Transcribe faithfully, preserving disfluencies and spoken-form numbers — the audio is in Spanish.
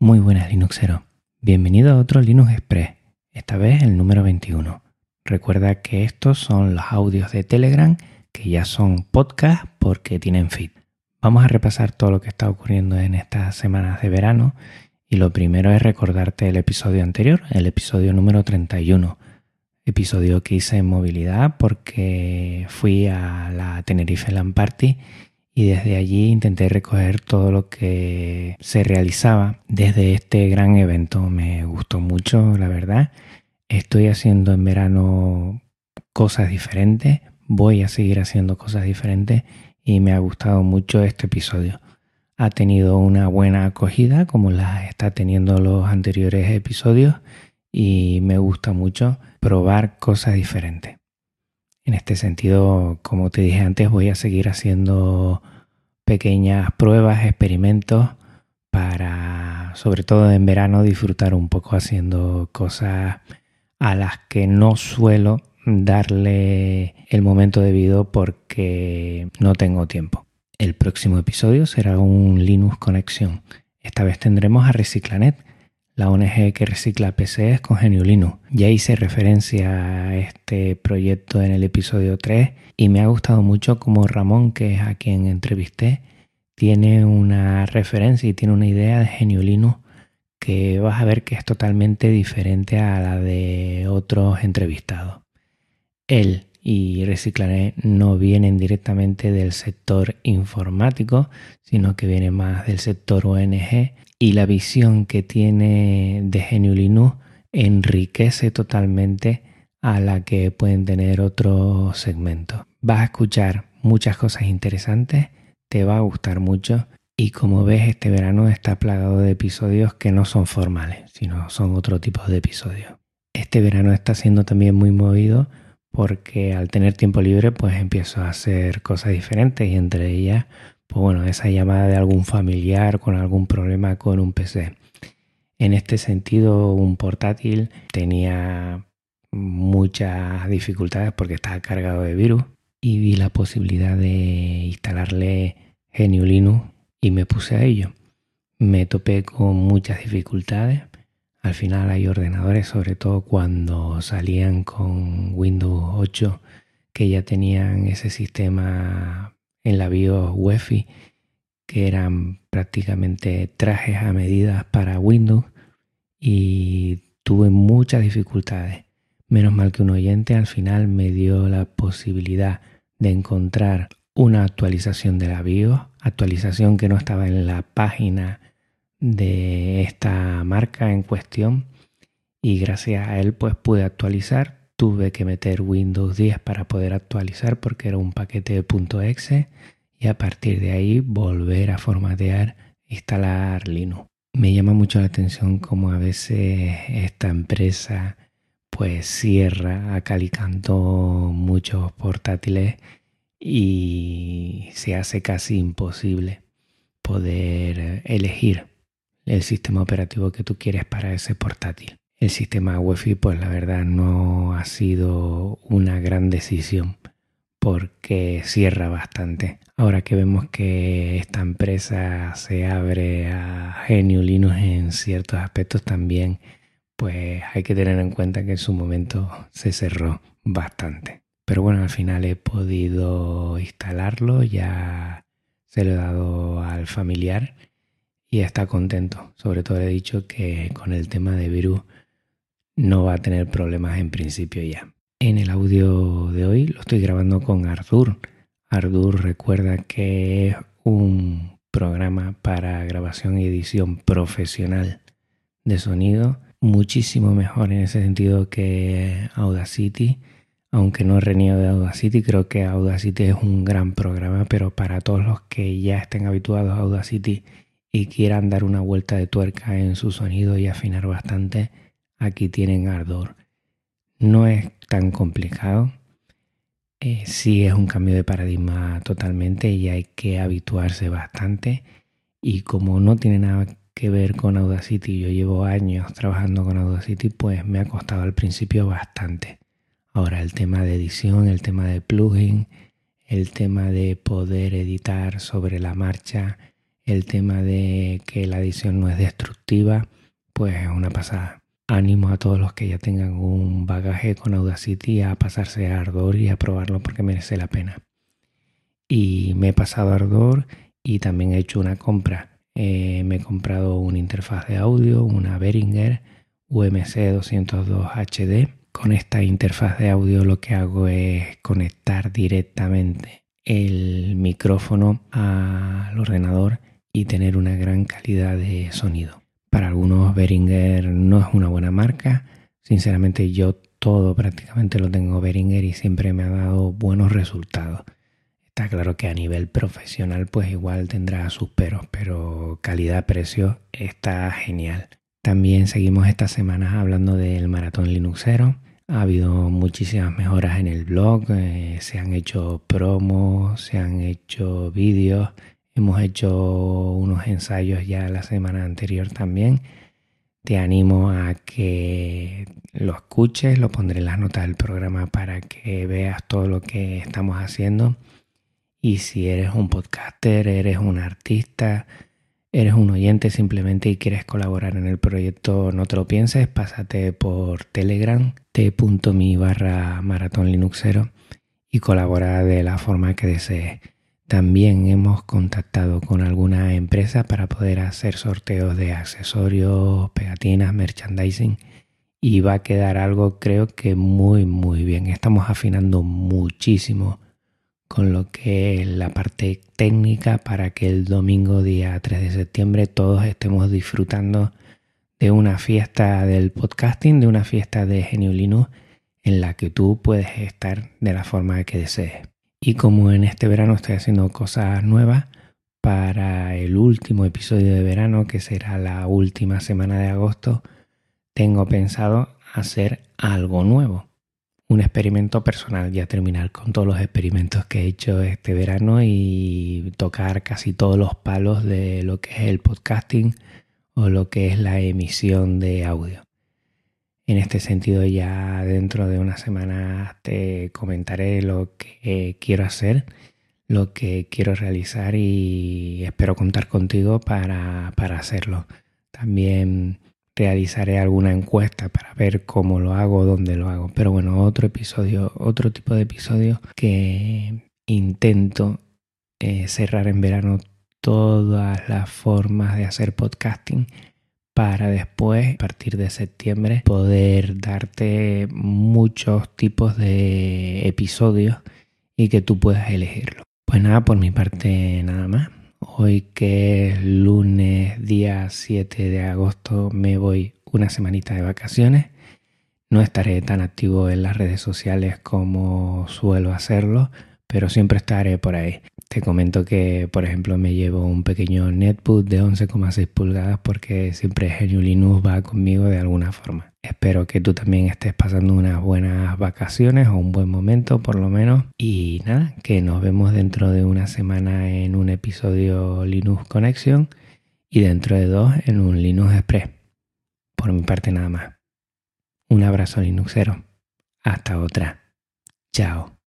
Muy buenas Linuxeros, bienvenido a otro Linux Express, esta vez el número veintiuno. Recuerda que estos son los audios de Telegram que ya son podcast porque tienen feed. Vamos a repasar todo lo que está ocurriendo en estas semanas de verano y lo primero es recordarte el episodio anterior, el episodio número treinta y uno. Episodio que hice en movilidad porque fui a la Tenerife LAN Party y desde allí intenté recoger todo lo que se realizaba desde este gran evento. Me gustó mucho, la verdad. Estoy haciendo en verano cosas diferentes, voy a seguir haciendo cosas diferentes y me ha gustado mucho este episodio. Ha tenido una buena acogida como la está teniendo los anteriores episodios y me gusta mucho probar cosas diferentes. En este sentido, como te dije antes, voy a seguir haciendo pequeñas pruebas, experimentos para, sobre todo en verano, disfrutar un poco haciendo cosas a las que no suelo darle el momento debido porque no tengo tiempo. El próximo episodio será un Linux Conexión. Esta vez tendremos a Reciclanet, la O N G que recicla P Cs con G N U Linux. Ya hice referencia a este proyecto en el episodio tres y me ha gustado mucho como Ramón, que es a quien entrevisté, tiene una referencia y tiene una idea de G N U Linux que vas a ver que es totalmente diferente a la de otros entrevistados. Él y Reciclanet no vienen directamente del sector informático, sino que vienen más del sector O N G. Y la visión que tiene de G N U Linux enriquece totalmente a la que pueden tener otros segmentos. Vas a escuchar muchas cosas interesantes, te va a gustar mucho y como ves este verano está plagado de episodios que no son formales, sino son otro tipo de episodios. Este verano está siendo también muy movido porque al tener tiempo libre pues empiezo a hacer cosas diferentes y entre ellas pues bueno, esa llamada de algún familiar con algún problema con un P C. En este sentido, un portátil tenía muchas dificultades porque estaba cargado de virus y vi la posibilidad de instalarle G N U Linux y me puse a ello. Me topé con muchas dificultades. Al final hay ordenadores, sobre todo cuando salían con Windows ocho, que ya tenían ese sistema en la BIOS UEFI, que eran prácticamente trajes a medida para Windows y tuve muchas dificultades. Menos mal que un oyente al final me dio la posibilidad de encontrar una actualización de la BIOS, actualización que no estaba en la página de esta marca en cuestión y gracias a él pues pude actualizar. Tuve que meter Windows diez para poder actualizar porque era un paquete de .exe y a partir de ahí volver a formatear e instalar Linux. Me llama mucho la atención cómo a veces esta empresa pues cierra a cal y canto muchos portátiles y se hace casi imposible poder elegir el sistema operativo que tú quieres para ese portátil. El sistema UEFI, pues la verdad no ha sido una gran decisión porque cierra bastante. Ahora que vemos que esta empresa se abre a G N U Linux en ciertos aspectos también, pues hay que tener en cuenta que en su momento se cerró bastante. Pero bueno, al final he podido instalarlo, ya se lo he dado al familiar y está contento. Sobre todo le he dicho que con el tema de virus no va a tener problemas en principio ya. En el audio de hoy lo estoy grabando con Ardour. Ardour, recuerda que es un programa para grabación y edición profesional de sonido, muchísimo mejor en ese sentido que Audacity. Aunque no reniego de Audacity, creo que Audacity es un gran programa, pero para todos los que ya estén habituados a Audacity y quieran dar una vuelta de tuerca en su sonido y afinar bastante, aquí tienen Ardour. No es tan complicado, eh, sí es un cambio de paradigma totalmente y hay que habituarse bastante. Y como no tiene nada que ver con Audacity, yo llevo años trabajando con Audacity, pues me ha costado al principio bastante. Ahora el tema de edición, el tema de plugin, el tema de poder editar sobre la marcha, el tema de que la edición no es destructiva, pues es una pasada. Ánimo a todos los que ya tengan un bagaje con Audacity a pasarse a Ardor y a probarlo porque merece la pena. Y me he pasado a Ardor y también he hecho una compra. Eh, me he comprado una interfaz de audio, una Behringer U M C doscientos dos H D. Con esta interfaz de audio lo que hago es conectar directamente el micrófono al ordenador y tener una gran calidad de sonido. Para algunos Behringer no es una buena marca. Sinceramente yo todo prácticamente lo tengo Behringer y siempre me ha dado buenos resultados. Está claro que a nivel profesional pues igual tendrá sus peros, pero calidad-precio está genial. También seguimos estas semanas hablando del Maratón Linuxero. Ha habido muchísimas mejoras en el blog, eh, se han hecho promos, se han hecho vídeos. Hemos hecho unos ensayos ya la semana anterior también. Te animo a que lo escuches, lo pondré en las notas del programa para que veas todo lo que estamos haciendo. Y si eres un podcaster, eres un artista, eres un oyente simplemente y quieres colaborar en el proyecto, no te lo pienses, pásate por Telegram, t.me barra Maratón Linuxero y colabora de la forma que desees. También hemos contactado con alguna empresa para poder hacer sorteos de accesorios, pegatinas, merchandising y va a quedar algo creo que muy muy bien. Estamos afinando muchísimo con lo que es la parte técnica para que el domingo día tres de septiembre todos estemos disfrutando de una fiesta del podcasting, de una fiesta de G N U Linux en la que tú puedes estar de la forma que desees. Y como en este verano estoy haciendo cosas nuevas, para el último episodio de verano, que será la última semana de agosto, tengo pensado hacer algo nuevo. Un experimento personal, ya terminar con todos los experimentos que he hecho este verano y tocar casi todos los palos de lo que es el podcasting o lo que es la emisión de audio. En este sentido, ya dentro de unas semanas te comentaré lo que quiero hacer, lo que quiero realizar y espero contar contigo para, para hacerlo. También realizaré alguna encuesta para ver cómo lo hago, dónde lo hago. Pero bueno, otro episodio, otro tipo de episodio que intento eh, cerrar en verano todas las formas de hacer podcasting para después, a partir de septiembre, poder darte muchos tipos de episodios y que tú puedas elegirlo. Pues nada, por mi parte nada más. Hoy que es lunes día siete de agosto me voy una semanita de vacaciones. No estaré tan activo en las redes sociales como suelo hacerlo, pero siempre estaré por ahí. Te comento que, por ejemplo, me llevo un pequeño netbook de once coma seis pulgadas porque siempre G N U Linux va conmigo de alguna forma. Espero que tú también estés pasando unas buenas vacaciones o un buen momento por lo menos. Y nada, que nos vemos dentro de una semana en un episodio Linux Connection y dentro de dos en un Linux Express. Por mi parte nada más. Un abrazo Linuxero. Hasta otra. Chao.